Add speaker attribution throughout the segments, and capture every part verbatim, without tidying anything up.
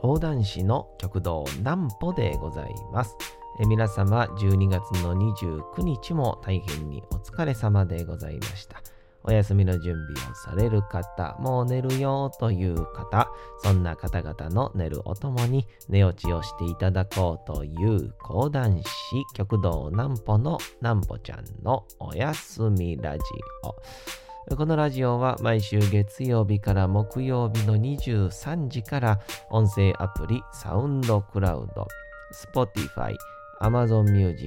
Speaker 1: 講談師の極道南歩でございます。え皆様じゅうにがつのにじゅうくにちも大変にお疲れ様でございました。お休みの準備をされる方、もう寝るよという方、そんな方々の寝るおともに寝落ちをしていただこうという講談師極道南歩の南歩ちゃんのおやすみラジオ。このラジオは毎週月曜日から木曜日のにじゅうさんじから音声アプリサウンドクラウド、Spotify、Amazon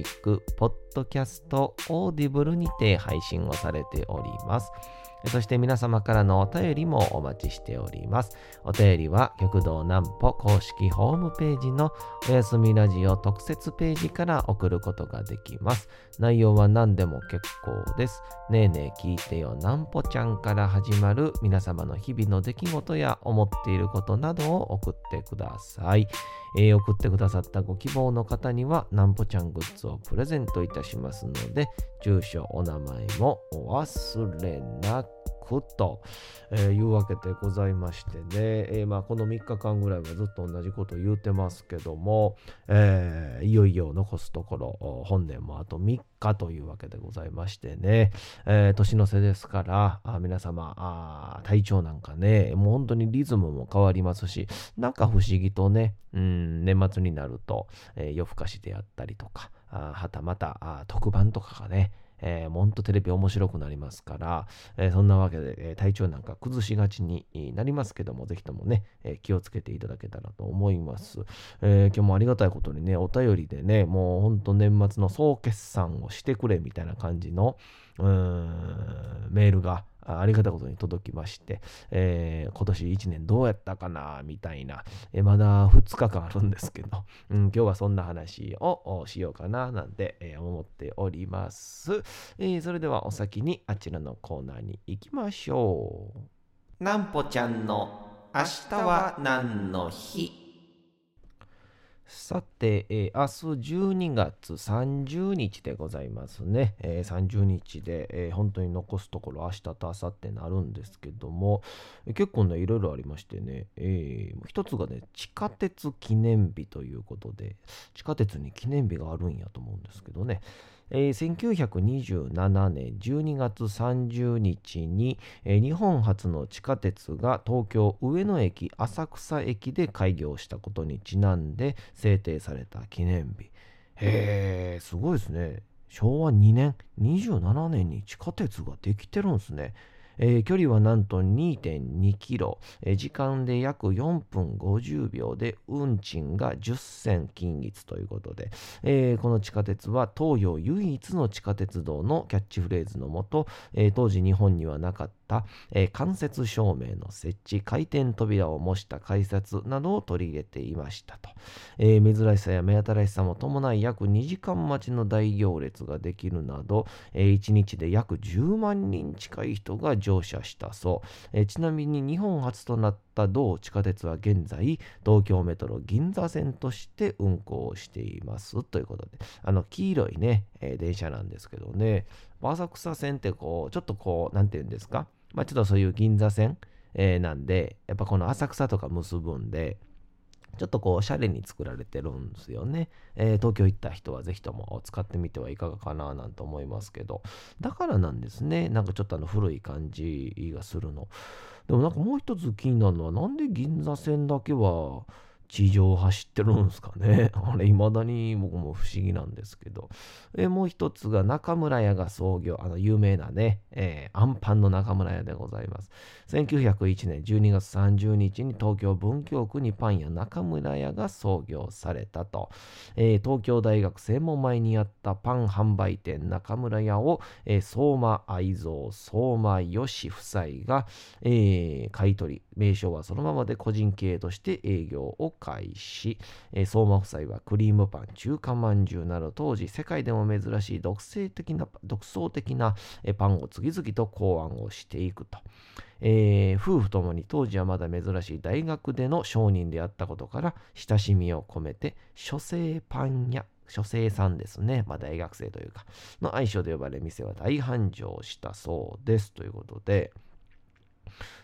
Speaker 1: Music、Podcast、Audible にて配信をされております。そして皆様からのお便りもお待ちしております。お便りは極道南歩公式ホームページのおやすみラジオ特設ページから送ることができます。内容は何でも結構です。ねえねえ聞いてよ南歩ちゃんから始まる皆様の日々の出来事や思っていることなどを送ってください。えー、送ってくださったご希望の方には南歩ちゃんグッズをプレゼントいたしますので、住所お名前もお忘れなくと、えー、いうわけでございましてね、えーまあ、このみっかかんぐらいはずっと同じこと言うてますけども、えー、いよいよ残すところ本年もあとみっかというわけでございましてね、えー、年の瀬ですからあ皆様あ体調なんかねもう本当にリズムも変わりますし、なんか不思議とね、うん、年末になると、えー、夜更かしであったりとかあはたまたあ特番とかがねえー、もうほんとテレビ面白くなりますから、えー、そんなわけで、えー、体調なんか崩しがちになりますけども、ぜひともね、えー、気をつけていただけたらと思います、えー、今日もありがたいことにね、お便りでね、もうほんと年末の総決算をしてくれみたいな感じのうーんメールがありがたいことに届きまして、えー、今年いちねんどうやったかなみたいな、えー、まだふつかかんあるんですけど、うん、今日はそんな話をしようかななんて、えー、思っております、えー。それではお先にあちらのコーナーに行きましょう。なんぽちゃんの明日は何の日。さて、えー、明日じゅうにがつさんじゅうにちでございますね。えー、さんじゅうにちで、えー、本当に残すところ明日と明後日になるんですけども、えー、結構ね、いろいろありましてね、えー、一つがね、地下鉄記念日ということで、地下鉄に記念日があるんやと思うんですけどね、えー、せんきゅうひゃくにじゅうななねんじゅうにがつさんじゅうにちに、えー、日本初の地下鉄が東京上野駅浅草駅で開業したことにちなんで制定された記念日。へー、すごいですね。しょうわにねん、にじゅうななねんに地下鉄ができてるんですね。えー、距離はなんと にてんにキロ、えー、時間で約よんぷんごじゅうびょうで運賃がじゅっせん均一ということで、えー、この地下鉄は東洋唯一の地下鉄道のキャッチフレーズのもと、えー、当時日本にはなかった、えー、間接照明の設置、回転扉を模した改札などを取り入れていましたと、えー、珍しさや目新しさも伴い約にじかん待ちの大行列ができるなど、えー、いちにちで約じゅうまんにん近い人が乗車したそう、えー、ちなみに日本初となった同地下鉄は現在東京メトロ銀座線として運行していますということで、あの黄色いね、えー、電車なんですけどね、浅草線ってこうちょっとこうなんていうんですか、まあちょっとそういう銀座線、えー、なんでやっぱこの浅草とか結ぶんでちょっとこうおしゃれに作られてるんですよね、えー、東京行った人はぜひとも使ってみてはいかがかななんて思いますけど、だからなんですね、なんかちょっとあの古い感じがするの。でもなんかもう一つ気になるのは、なんで銀座線だけは地上を走ってるんですかね。あれ、未だに僕も不思議なんですけど。えもう一つが中村屋が創業、あの有名なね、えー、アンパンの中村屋でございます。せんきゅうひゃくいちねんじゅうにがつさんじゅうにちに東京文京区にパン屋中村屋が創業されたと。えー、東京大学正門前にあったパン販売店中村屋を、えー、相馬愛蔵、相馬義夫妻が、えー、買い取り、名称はそのままで個人経営として営業を開始、えー、相馬夫妻はクリームパン、中華まんじゅうなど当時世界でも珍しい独創的な独創的なパンを次々と考案をしていくと、えー、夫婦ともに当時はまだ珍しい大学での商人であったことから親しみを込めて書生パン屋、書生さんですね、まあ、大学生というかの愛称で呼ばれ店は大繁盛したそうですということで、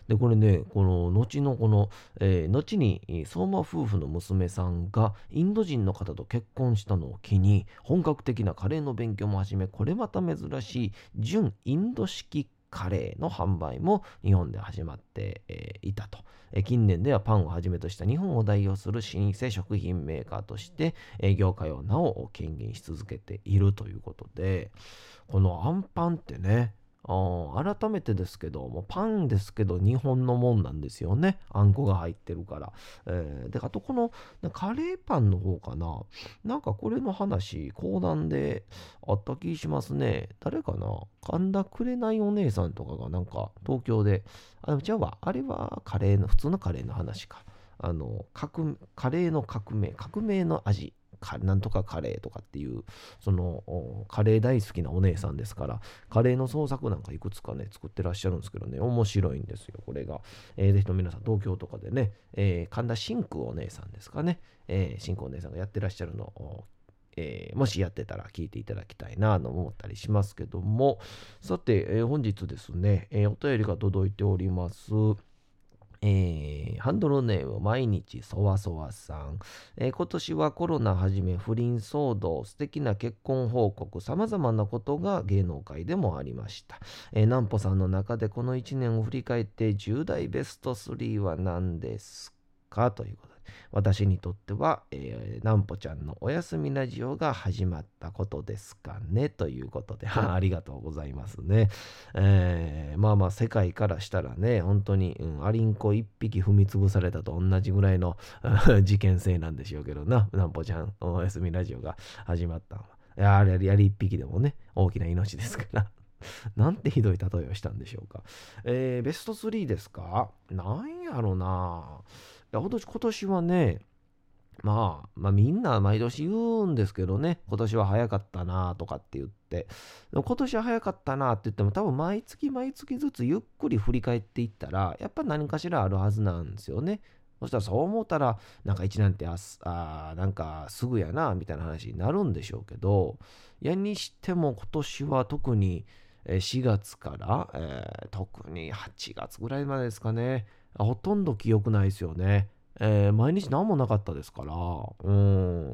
Speaker 1: で、これね、この後のこの、えー後にえー相馬夫婦の娘さんがインド人の方と結婚したのを機に、本格的なカレーの勉強も始め、これまた珍しい純インド式カレーの販売も日本で始まってえーいたと。えー近年ではパンをはじめとした日本を代表する老舗食品メーカーとして営業界をなお牽引し続けているということで、このアンパンってね、あー改めてですけども、パンですけど日本のもんなんですよね。あんこが入ってるから。えーで、あとこのカレーパンの方かな。なんかこれの話、講談であった気しますね。誰かな、神田くれないお姉さんとかがなんか東京で、あ、でも違うわ。あれはカレーの、普通のカレーの話か。あの、革カレーの革命、革命の味。かなんとかカレーとかっていう、そのおカレー大好きなお姉さんですから、カレーの創作なんかいくつかね、作ってらっしゃるんですけどね、面白いんですよ、これが。えーぜひとも皆さん、東京とかでね、えー神田真空お姉さんですかね、えー、真空お姉さんがやってらっしゃるのを、えーもしやってたら聞いていただきたいなと思ったりしますけども、さて、えー本日ですね、えーお便りが届いております。えーハンドルネーム毎日そわそわさん、えー今年はコロナはじめ不倫騒動、素敵な結婚報告、さまざまなことが芸能界でもありました。えー、南穂さんの中でこのいちねんを振り返ってじゅう代ベストスリーは何ですかということで、私にとっては、えー、南穂ちゃんのおやすみラジオが始まったことですかねということで、ありがとうございますね。えーまあまあ世界からしたらね、本当に、うん、アリンコ一匹踏み潰されたと同じぐらいの事件性なんでしょうけどな、なんぽちゃん、おやすみラジオが始まったのは。いや、あれ、やり一匹でもね、大きな命ですから。なんてひどい例えをしたんでしょうか。えーベストスリーですか？なんやろな。いや、今年今年はね、まあ、まあみんな毎年言うんですけどね、今年は早かったなとかって言って、でも今年は早かったなって言っても多分毎月毎月ずつゆっくり振り返っていったら、やっぱ何かしらあるはずなんですよね。そしたらそう思ったら、なんか一年ってあす、あーなんかすぐやな、みたいな話になるんでしょうけど、いやにしても今年は特にえーしがつから、えー特にはちがつぐらいまでですかね、あほとんど記憶ないですよね。えー毎日何もなかったですから、うん。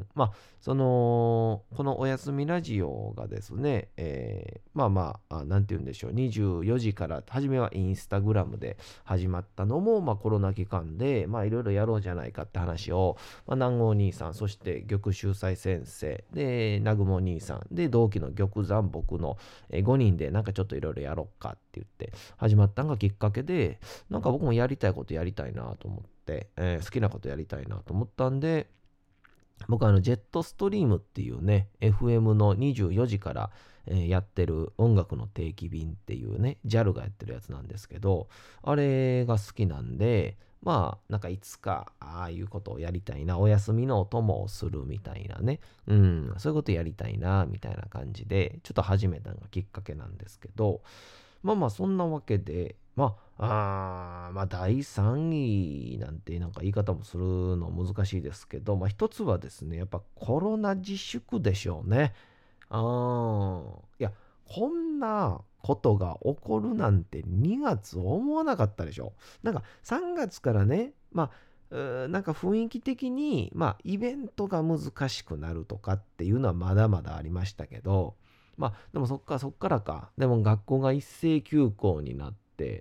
Speaker 1: まあ、その、このおやすみラジオがですね、えーまあまあ、あなんて言うんでしょう、にじゅうよじから、初めはインスタグラムで始まったのも、まあコロナ期間で、まあいろいろやろうじゃないかって話を、まあ、南郷兄さん、そして玉秀斎先生、で、南雲兄さん、で、同期の玉山僕のえーごにんでなんかちょっといろいろやろうかって言って始まったのがきっかけで、なんか僕もやりたいことやりたいなと思って、えー好きなことやりたいなと思ったんで、僕はあのジェットストリームっていうね、エフエム のにじゅうよじから、えーやってる音楽の定期便っていうね、ジャル がやってるやつなんですけど、あれが好きなんで、まあ、なんかいつか、ああいうことをやりたいな、お休みのお供をするみたいなね、うん、そういうことやりたいな、みたいな感じで、ちょっと始めたのがきっかけなんですけど、まあまあ、そんなわけで、まあ、あーまあ、だいさんいなんてなんか言い方もするの難しいですけど、まあ一つはですね、やっぱコロナ自粛でしょうね。あーいや、こんなことが起こるなんてにがつ思わなかったでしょ。なんかさんがつからね、まあ、うーなんか雰囲気的に、まあ、イベントが難しくなるとかっていうのはまだまだありましたけど、まあ、でもそっか、そっからか。でも学校が一斉休校になって、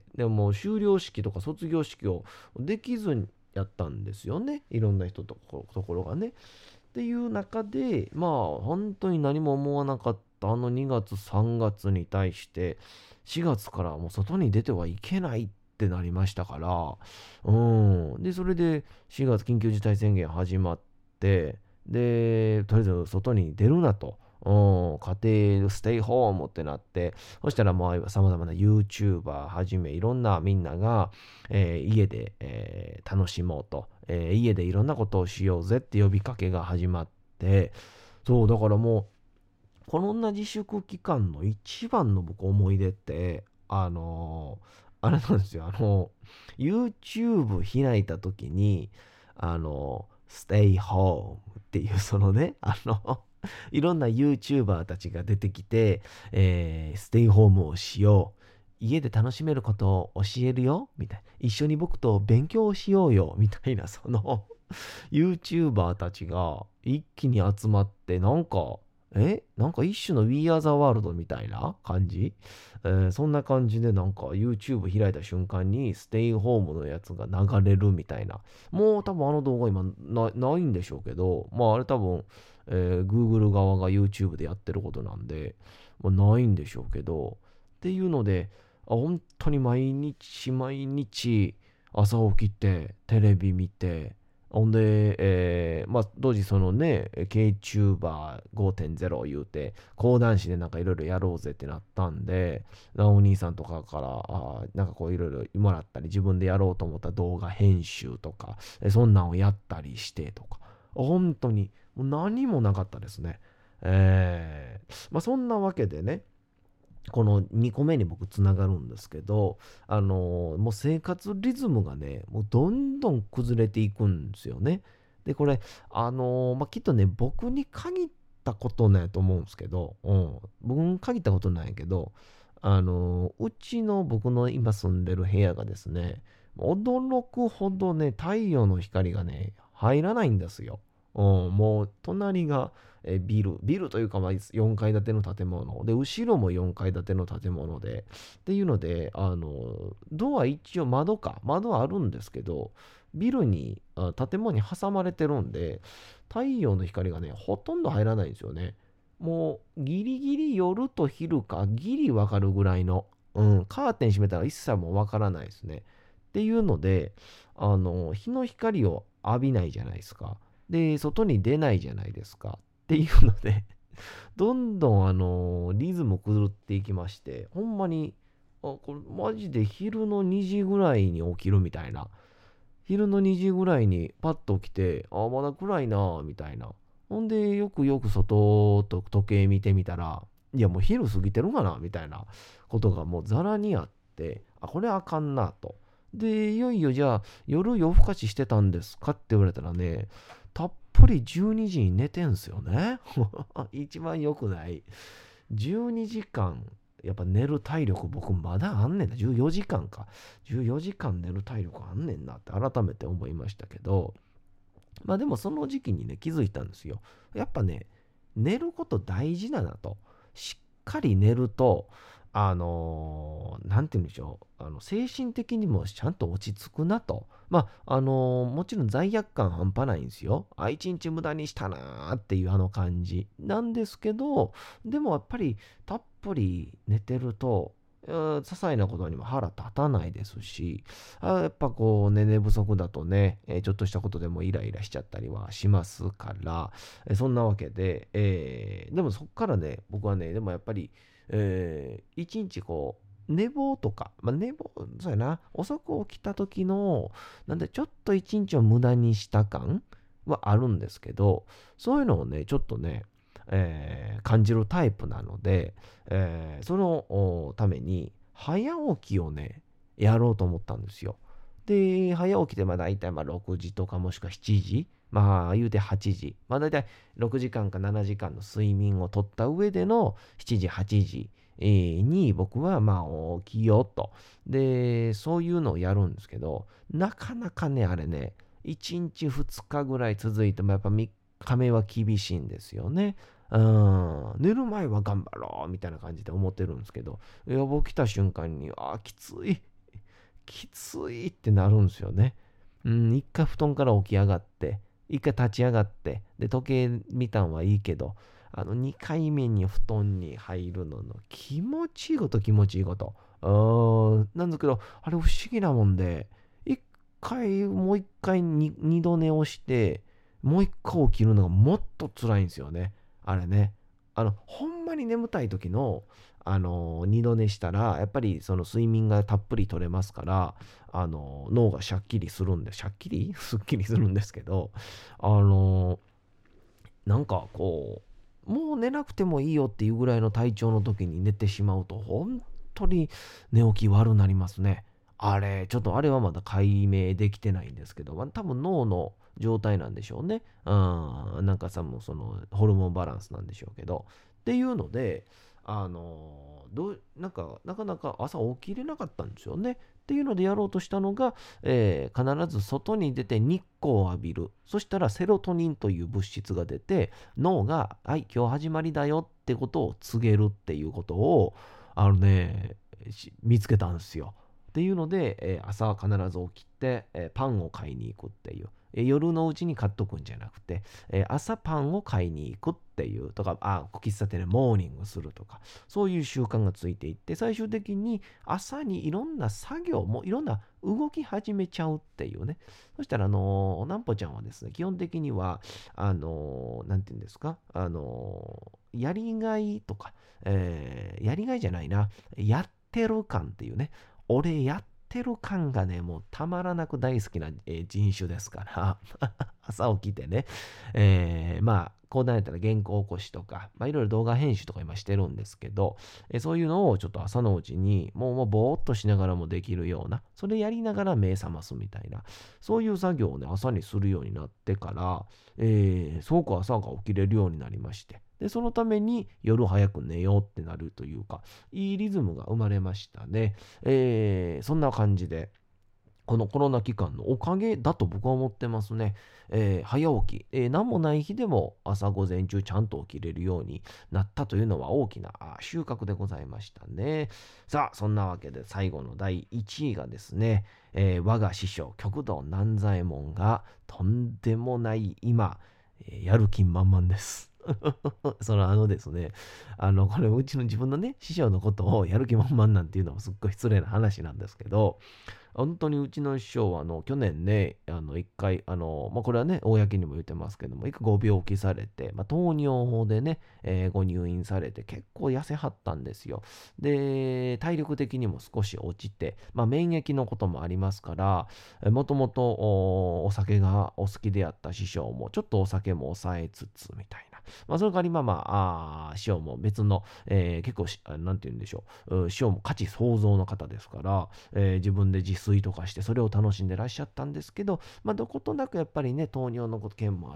Speaker 1: でももう修了式とか卒業式をできずにやったんですよね。いろんな人とこところがね。っていう中で、まあ、本当に何も思わなかったあのにがつ、さんがつに対して、しがつからもう外に出てはいけないってなりましたから、うん。で、それでしがつ緊急事態宣言始まって、で、とりあえず外に出るなと。うん、家庭ステイホームってなって、そしたらもう様々な YouTuber はじめいろんなみんなが、えー家で、えー楽しもうと、えー家でいろんなことをしようぜって呼びかけが始まって、そう、だからもう、この同じ自粛期間の一番の僕思い出って、あのーあれなんですよ、あの YouTube 開いた時に、あの Stay Home っていうそのね、あのいろんな YouTuber たちが出てきて、えーステイホームをしよう。 家で楽しめることを教えるよみたいな。一緒に僕と勉強をしようよみたいな、その YouTuber たちが一気に集まって、なんか、えなんか一種の We Are the World みたいな感じ、えーそんな感じでなんか YouTube 開いた瞬間にステイホームのやつが流れるみたいな。もう多分あの動画今な、ないんでしょうけど、まああれ多分、えー Google 側が YouTube でやってることなんで、まあ、ないんでしょうけど、っていうので、あ本当に毎日毎日朝起きてテレビ見て、ほんで、えーまあ、当時そのね、KTuberごてんゼロ 言うて、講談師でなんかいろいろやろうぜってなったんで、なお兄さんとかから、あーなんかこういろいろもらったり、自分でやろうと思った動画編集とか、えそんなんをやったりしてとか、本当にもう何もなかったですね。えーまあそんなわけでね、このにこめに僕つながるんですけど、あのーもう生活リズムがね、もうどんどん崩れていくんですよね。で、これ、あのーまあ、きっとね、僕に限ったことなんやと思うんですけど、うん、僕に限ったことなんやけど、あのーうちの僕の今住んでる部屋がですね、驚くほどね、太陽の光がね、入らないんですよ。うん、もう隣がえビル、ビルというかまあよんかい建ての建物で、後ろもよんかい建ての建物で、っていうので、あの、ドア一応窓か、窓はあるんですけど、ビルに、あ建物に挟まれてるんで、太陽の光がね、ほとんど入らないんですよね。もう、ギリギリ夜と昼か、ギリわかるぐらいの、うん、カーテン閉めたら一切もうわからないですね。っていうので、あの、日の光を浴びないじゃないですか。で、外に出ないじゃないですか。っていうのでどんどんあのーリズム狂っていきまして、ほんまに、あ、これマジで昼のにじぐらいに起きるみたいな。昼のにじぐらいにパッと起きて、あ、まだ暗いなぁ、みたいな。ほんで、よくよく外と時計見てみたら、いやもう昼過ぎてるかなみたいなことがもうザラにあって、あ、これあかんなと。で、いよいよじゃあ夜夜更かししてたんですかって言われたらね、たっぷりじゅうにじに寝てんすよね。一番良くない。じゅうにじかん、やっぱ寝る体力僕まだあんねんな。じゅうよじかんか。じゅうよじかん寝る体力あんねんなって改めて思いましたけど、まあでもその時期にね、気づいたんですよ。やっぱね、寝ること大事だなと。しっかり寝ると、あのーなんて言うんでしょう。あの、精神的にもちゃんと落ち着くなと。まあ、あのーもちろん罪悪感半端ないんですよ。あ、一日無駄にしたなーっていうあの感じなんですけど、でもやっぱりたっぷり寝てると、うん些細なことにも腹立たないですし、あやっぱこう、ね、寝不足だとね、えーちょっとしたことでもイライラしちゃったりはしますから、えーそんなわけで、えーでもそっからね、僕はね、でもやっぱり、えー一日こう、寝坊とか、まあ、寝坊、そうやな、遅く起きた時の、なんでちょっと一日を無駄にした感はあるんですけど、そういうのをね、ちょっとね、えー感じるタイプなので、えーそのおために早起きをね、やろうと思ったんですよ。で、早起きでまあ大体まあろくじとかもしくはしちじ、まあ言うてはちじ、まあ大体ろくじかんかななじかんの睡眠をとった上でのしちじ、はちじえーに僕はまあ起きようと。で、そういうのをやるんですけど、なかなかね、あれね、いちにちふつかぐらい続いてもやっぱみっかめは厳しいんですよね。うん、寝る前は頑張ろうみたいな感じで思ってるんですけど、いや、起きた瞬間に、あー、きつい、きついってなるんですよね。うん、一回布団から起き上がって、一回立ち上がって、で、時計見たんはいいけど、あの、二回目に布団に入るのの気持ちいいこと気持ちいいこと。うーん、なんですけど、あれ不思議なもんで、一回、もう一回に二度寝をして、もう一回起きるのがもっと辛いんですよね。あれね。あの、ほんまに眠たい時の、あの、二度寝したら、やっぱりその睡眠がたっぷり取れますから、あの、脳がシャッキリするんで、シャッキリすっきりするんですけど、あの、なんかこう、もう寝なくてもいいよっていうぐらいの体調の時に寝てしまうと、本当に寝起き悪なりますね。あれ、ちょっとあれはまだ解明できてないんですけど、まあ、多分脳の状態なんでしょうね。うん、なんかさ、もうそのホルモンバランスなんでしょうけど。っていうので、 あのどうなんかなかなか朝起きれなかったんですよね。っていうのでやろうとしたのが、えー必ず外に出て日光を浴びる。そしたらセロトニンという物質が出て、脳が、はい、今日始まりだよってことを告げるっていうことを、あのね、し見つけたんですよ。っていうので、えー朝は必ず起きて、えーパンを買いに行くっていう。えー夜のうちに買っとくんじゃなくて、えー朝パンを買いに行くっていうとか、あ、喫茶店でモーニングするとか、そういう習慣がついていって、最終的に朝にいろんな作業もいろんな動き始めちゃうっていうね。そしたら、あのー、なんぽちゃんはですね、基本的には、あのー、なんていうんですか、あのーやりがいとか、えーやりがいじゃないな、やってる感っていうね、俺やってる感がね、もうたまらなく大好きな、えー人種ですから、朝起きてね、えーまあ、こうなれたら原稿起こしとか、まあ、いろいろ動画編集とか今してるんですけど、えーそういうのをちょっと朝のうちに、もう、もうぼーっとしながらもできるような、それやりながら目覚ますみたいな、そういう作業をね、朝にするようになってから、えーすごく朝が起きれるようになりまして、で、そのために夜早く寝ようってなるというか、いいリズムが生まれましたね。えーそんな感じで、このコロナ期間のおかげだと僕は思ってますね。えー早起き、えー何もない日でも朝午前中ちゃんと起きれるようになったというのは大きなあ収穫でございましたね。さあ、そんなわけで最後のだいいちいがですね、えー我が師匠、極道南左衛門がとんでもない今、えーやる気満々です。そのあのですね、あの、これうちの自分のね、師匠のことをやる気満々なんていうのもすっごい失礼な話なんですけど、本当にうちの師匠は、あの、去年ね、あの、一回、あの、まあ、これはね、公にも言ってますけども、一回ご病気されて、まあ、糖尿でね、えーご入院されて、結構痩せはったんですよ。で、体力的にも少し落ちて、まあ、免疫のこともありますから、もともとおお酒がお好きであった師匠も、ちょっとお酒も抑えつつ、みたいな。まあ、それから今、まあ、あー師匠も別の、えー結構し、あなんて言うんでしょう、う師匠も価値創造の方ですから、えー自分で自炊とかしてそれを楽しんでらっしゃったんですけど、まあ、どことなくやっぱりね、糖尿の件もあって、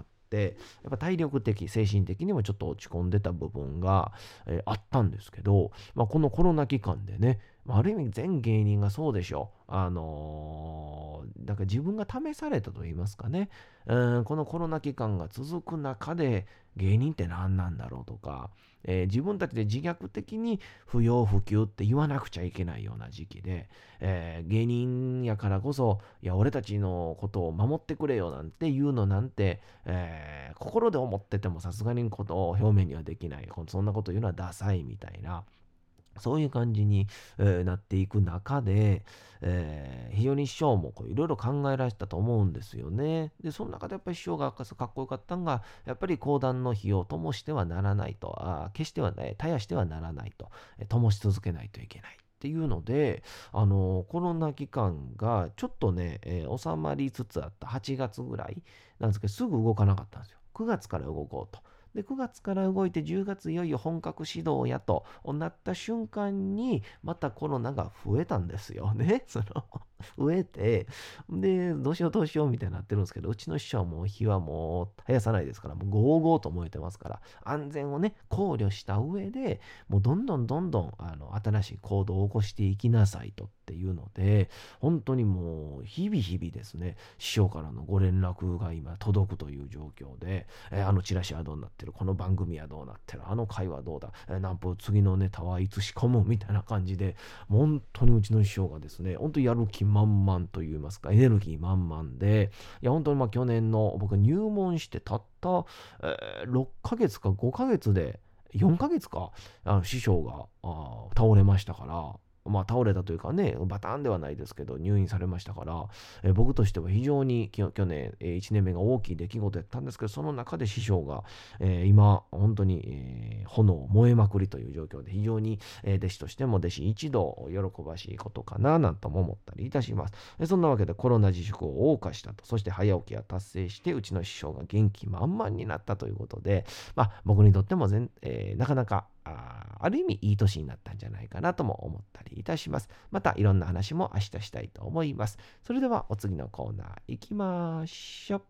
Speaker 1: やっぱ体力的、精神的にもちょっと落ち込んでた部分が、えーあったんですけど、まあ、このコロナ期間でね、まあある意味全芸人がそうでしょう。あのーだから自分が試されたと言いますかね。うん、このコロナ期間が続く中で芸人って何なんだろうとか、えー自分たちで自虐的に不要不急って言わなくちゃいけないような時期で、えー芸人やからこそ、いや、俺たちのことを守ってくれよなんて言うのなんて、えー心で思っててもさすがにことを表面にはできない。そんなこと言うのはダサいみたいな。そういう感じに、えーなっていく中で、えー非常に師匠もこういろいろ考えられたと思うんですよね。で、その中でやっぱり師匠がかっこよかったのが、やっぱり講談の火を灯してはならないと、あ決してはね、絶やしてはならないと、えー灯し続けないといけない。っていうので、あのコロナ期間がちょっとね、えー収まりつつあったはちがつぐらいなんですけど、すぐ動かなかったんですよ。くがつから動こうと。で、くがつから動いてじゅうがついよいよ本格始動やとなった瞬間に、またコロナが増えたんですよね。その増えて、で、どうしようどうしようみたいになってるんですけど、うちの師匠はもう火はもう絶やさないですから、もうゴーゴーと燃えてますから、安全をね、考慮した上で、もうどんどんどんどん、あの、新しい行動を起こしていきなさいとっていうので、本当にもう、日々日々ですね、師匠からのご連絡が今届くという状況で、えーあのチラシはどうなってる、この番組はどうなってる、あの回はどうだ、えー、なんぽ次のネタはいつ仕込むみたいな感じで、もう本当にうちの師匠がですね、本当にやる気満々といいますか、エネルギー満々で、いや、本当にまあ去年の僕入門してたった、えーろっかげつかごかげつで、よんかげつか、あの師匠があー倒れましたから、まあ倒れたというかね、バターンではないですけど、入院されましたから、えー僕としては非常にきょ去年、えーいちねんめが大きい出来事やったんですけど、その中で師匠が、えー今、本当に、えー炎燃えまくりという状況で、非常に、えー弟子としても弟子一同喜ばしいことかな、なんとも思ったりいたします。えそんなわけでコロナ自粛を謳歌したと、そして早起きは達成して、うちの師匠が元気満々になったということで、まあ、僕にとっても全、えーなかなか、あある意味いい年になったんじゃないかなとも思ったりいたします。またいろんな話も明日したいと思います。それではお次のコーナー行きましょう。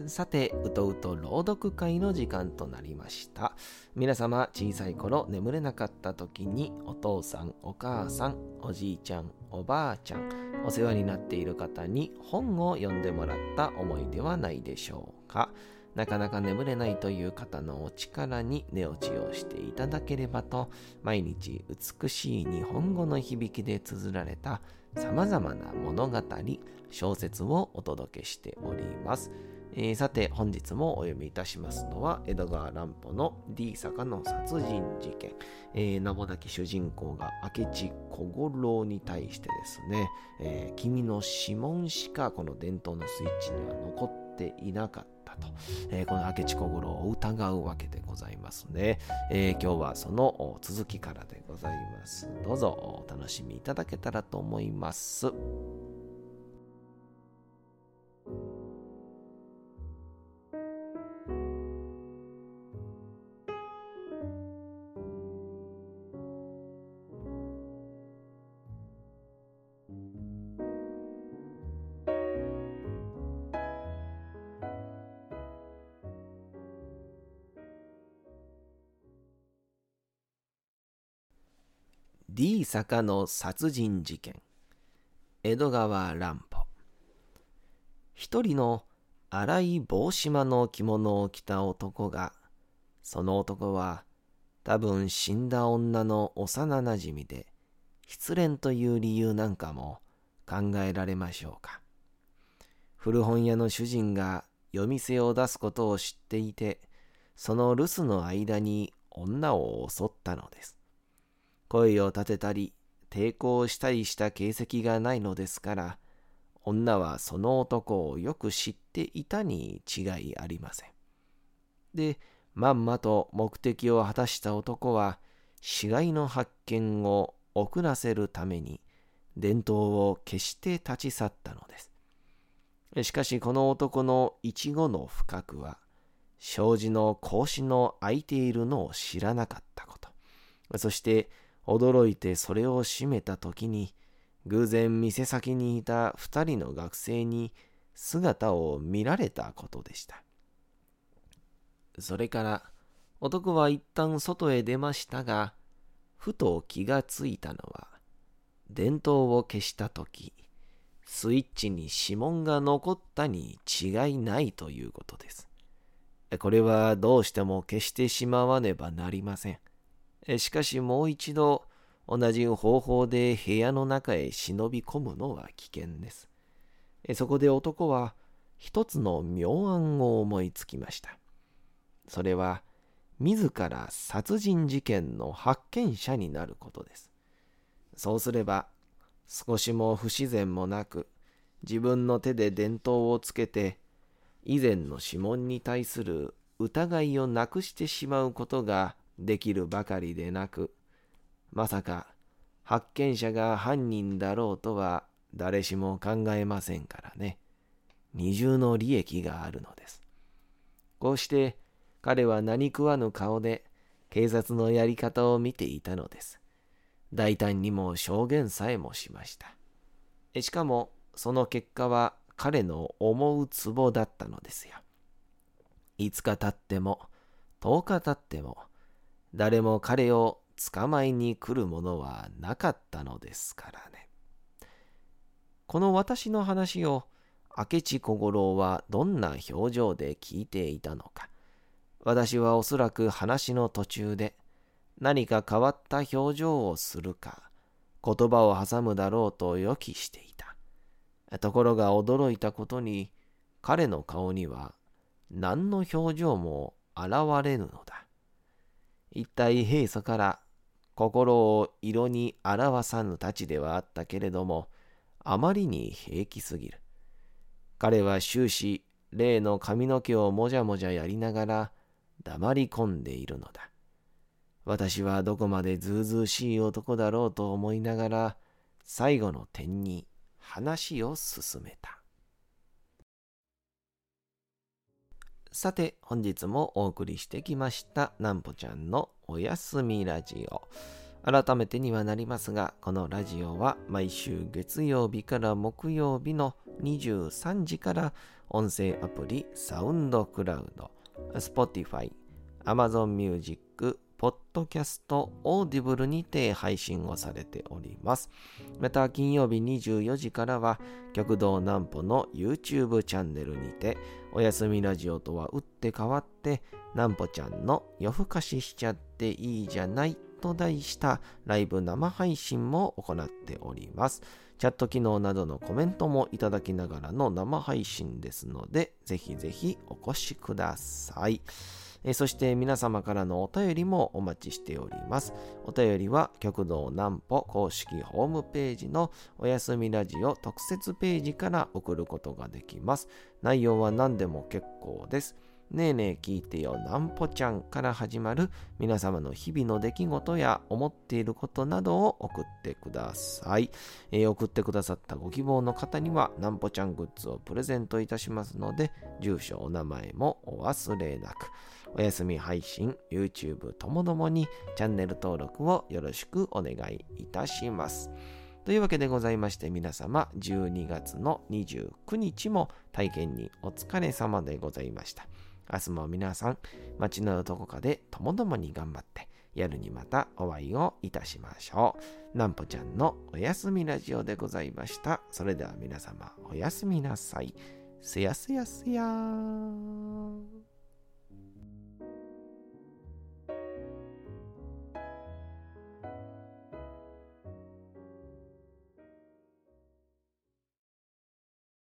Speaker 1: さて、うとうと朗読会の時間となりました。皆様、小さい頃眠れなかった時にお父さん、お母さん、おじいちゃん、おばあちゃん、お世話になっている方に本を読んでもらった思いではないでしょうか。なかなか眠れないという方のお力に寝落ちをしていただければと、毎日美しい日本語の響きで綴られたさまざまな物語、小説をお届けしております。えー、さて本日もお読みいたしますのは江戸川乱歩の D 坂の殺人事件、えー、名もなき主人公が明智小五郎に対してですね、えー、君の指紋しかこの伝統のスイッチには残っていなかったと、えー、この明智小五郎を疑うわけでございますね。えー、今日はその続きからでございます。どうぞお楽しみいただけたらと思います。D 坂の殺人事件、江戸川乱歩。一人の荒い帽子間の着物を着た男が、その男は多分死んだ女の幼なじみで、失恋という理由なんかも考えられましょうか。古本屋の主人が夜店を出すことを知っていて、その留守の間に女を襲ったのです。声を立てたり抵抗したりした形跡がないのですから、女はその男をよく知っていたに違いありません。で、まんまと目的を果たした男は、死骸の発見を遅らせるために伝統を決して立ち去ったのです。しかしこの男の一語の不覚は、障子の格子の開いているのを知らなかったこと。そして驚いてそれを閉めたときに、偶然店先にいた二人の学生に姿を見られたことでした。それから男は一旦外へ出ましたが、ふと気がついたのは、電灯を消したとき、スイッチに指紋が残ったに違いないということです。これはどうしても消してしまわねばなりません。しかしもう一度同じ方法で部屋の中へ忍び込むのは危険です。そこで男は一つの妙案を思いつきました。それは自ら殺人事件の発見者になることです。そうすれば少しも不自然もなく、自分の手で電灯をつけて以前の指紋に対する疑いをなくしてしまうことができるばかりでなく、まさか発見者が犯人だろうとは誰しも考えませんからね。二重の利益があるのです。こうして彼は何食わぬ顔で警察のやり方を見ていたのです。大胆にも証言さえもしました。しかもその結果は彼の思うツボだったのですよ。五日経っても十日経っても誰も彼を捕まえに来るものはなかったのですからね。この私の話を明智小五郎はどんな表情で聞いていたのか。私はおそらく話の途中で何か変わった表情をするか、言葉を挟むだろうと予期していた。ところが驚いたことに、彼の顔には何の表情も現れぬのだ。一体平素から心を色に表さぬたちではあったけれども、あまりに平気すぎる。彼は終始例の髪の毛をもじゃもじゃやりながら黙り込んでいるのだ。私はどこまでずうずうしい男だろうと思いながら、最後の点に話を進めた。さて本日もお送りしてきましたなんぽちゃんのおやすみラジオ。改めてにはなりますが、このラジオは毎週月曜日から木曜日のにじゅうさんじから音声アプリサウンドクラウド、Spotify、Amazon Music、ポッドキャスト、オーディブルにて配信をされております。また金曜日にじゅうよじからは極道南歩の YouTube チャンネルにて、おやすみラジオとは打って変わって南歩ちゃんの夜更かししちゃっていいじゃないと題したライブ生配信も行っております。チャット機能などのコメントもいただきながらの生配信ですので、ぜひぜひお越しください。えー、そして皆様からのお便りもお待ちしております。お便りは極道南歩公式ホームページのおやすみラジオ特設ページから送ることができます。内容は何でも結構です。ねえねえ聞いてよなんぽちゃんから始まる皆様の日々の出来事や思っていることなどを送ってください。えー、送ってくださったご希望の方にはなんぽちゃんグッズをプレゼントいたしますので、住所お名前もお忘れなく。おやすみ配信、YouTube ともどもにチャンネル登録をよろしくお願いいたします。というわけでございまして、皆様じゅうにがつのにじゅうくにちも大変にお疲れ様でございました。明日も皆さん、街のどこかでともどもに頑張って、夜にまたお会いをいたしましょう。なんぽちゃんのおやすみラジオでございました。それでは皆様、おやすみなさい。すやすやすやーん。